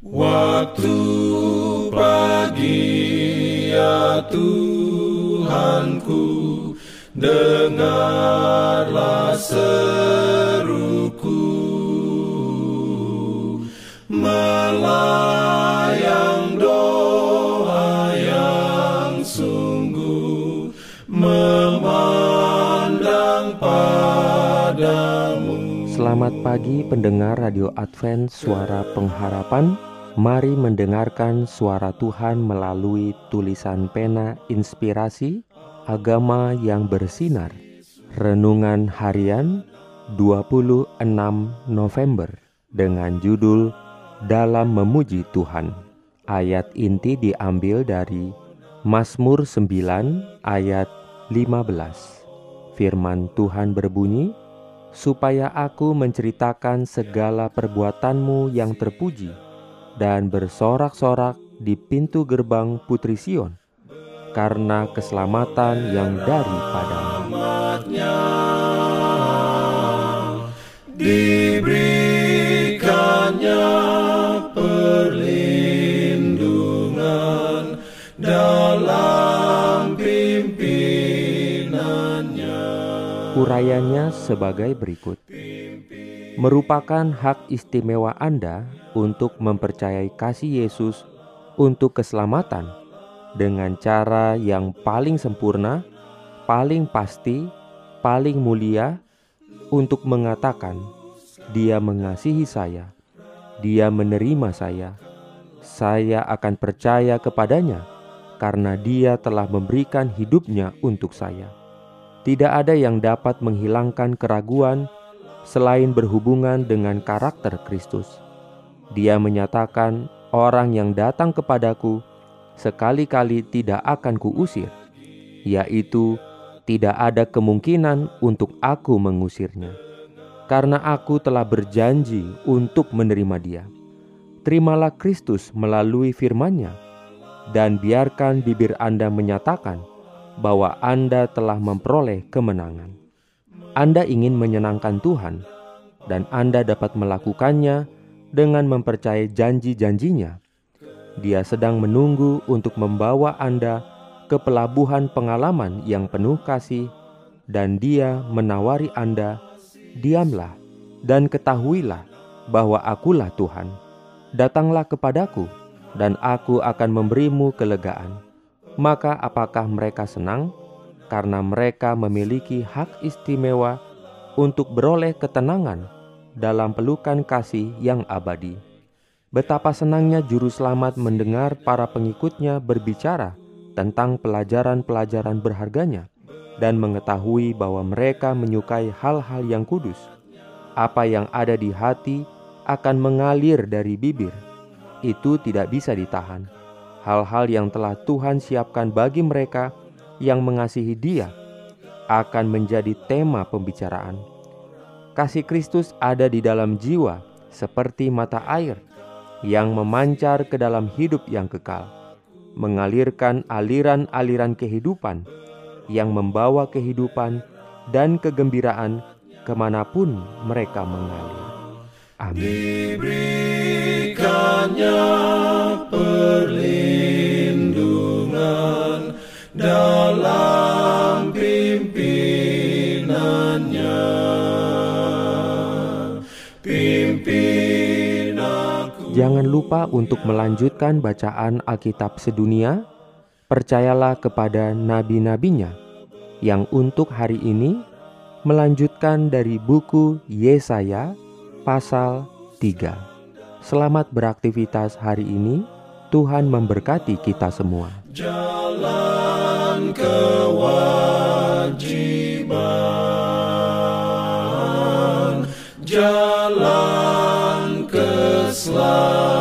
Waktu pagi ya Tuhanku, dengarlah seruku, melayang doa yang sungguh, memandang padamu. Selamat pagi pendengar Radio Advent Suara Pengharapan. Mari mendengarkan suara Tuhan melalui tulisan pena inspirasi agama yang bersinar. Renungan harian 26 November dengan judul Dalam Memuji Tuhan. Ayat inti diambil dari Mazmur 9 ayat 15. Firman Tuhan berbunyi, supaya aku menceritakan segala perbuatanmu yang terpuji dan bersorak-sorak di pintu gerbang Putri Sion, karena keselamatan yang daripadamu. Diberikannya perlindungan dalam pimpinannya. Urayanya sebagai berikut. Merupakan hak istimewa Anda untuk mempercayai kasih Yesus untuk keselamatan dengan cara yang paling sempurna, paling pasti, paling mulia, untuk mengatakan, Dia mengasihi saya, Dia menerima saya akan percaya kepadanya karena Dia telah memberikan hidupnya untuk saya. Tidak ada yang dapat menghilangkan keraguan selain berhubungan dengan karakter Kristus. Dia menyatakan, orang yang datang kepadaku sekali-kali tidak akan kuusir, yaitu tidak ada kemungkinan untuk aku mengusirnya, karena aku telah berjanji untuk menerima dia. Terimalah Kristus melalui firman-Nya, dan biarkan bibir Anda menyatakan bahwa Anda telah memperoleh kemenangan. Anda ingin menyenangkan Tuhan, dan Anda dapat melakukannya dengan mempercayai janji-janjinya. Dia sedang menunggu untuk membawa Anda ke pelabuhan pengalaman yang penuh kasih, dan Dia menawari Anda, diamlah dan ketahuilah bahwa akulah Tuhan. Datanglah kepadaku, dan aku akan memberimu kelegaan. Maka apakah mereka senang? Karena mereka memiliki hak istimewa untuk beroleh ketenangan dalam pelukan kasih yang abadi. Betapa senangnya Juru Selamat mendengar para pengikutnya berbicara tentang pelajaran-pelajaran berharganya dan mengetahui bahwa mereka menyukai hal-hal yang kudus. Apa yang ada di hati akan mengalir dari bibir. Itu tidak bisa ditahan. Hal-hal yang telah Tuhan siapkan bagi mereka yang mengasihi Dia akan menjadi tema pembicaraan. Kasih Kristus ada di dalam jiwa seperti mata air yang memancar ke dalam hidup yang kekal, mengalirkan aliran-aliran kehidupan yang membawa kehidupan dan kegembiraan kemanapun mereka mengalir. Amin. Diberikannya perlindungan dalam pimpinannya. Pimpin aku. Jangan lupa untuk melanjutkan bacaan Alkitab sedunia. Percayalah kepada nabi-nabinya yang untuk hari ini melanjutkan dari buku Yesaya pasal 3. Selamat beraktivitas hari ini. Tuhan memberkati kita semua. Jalan kewajiban, jalan keselamatan.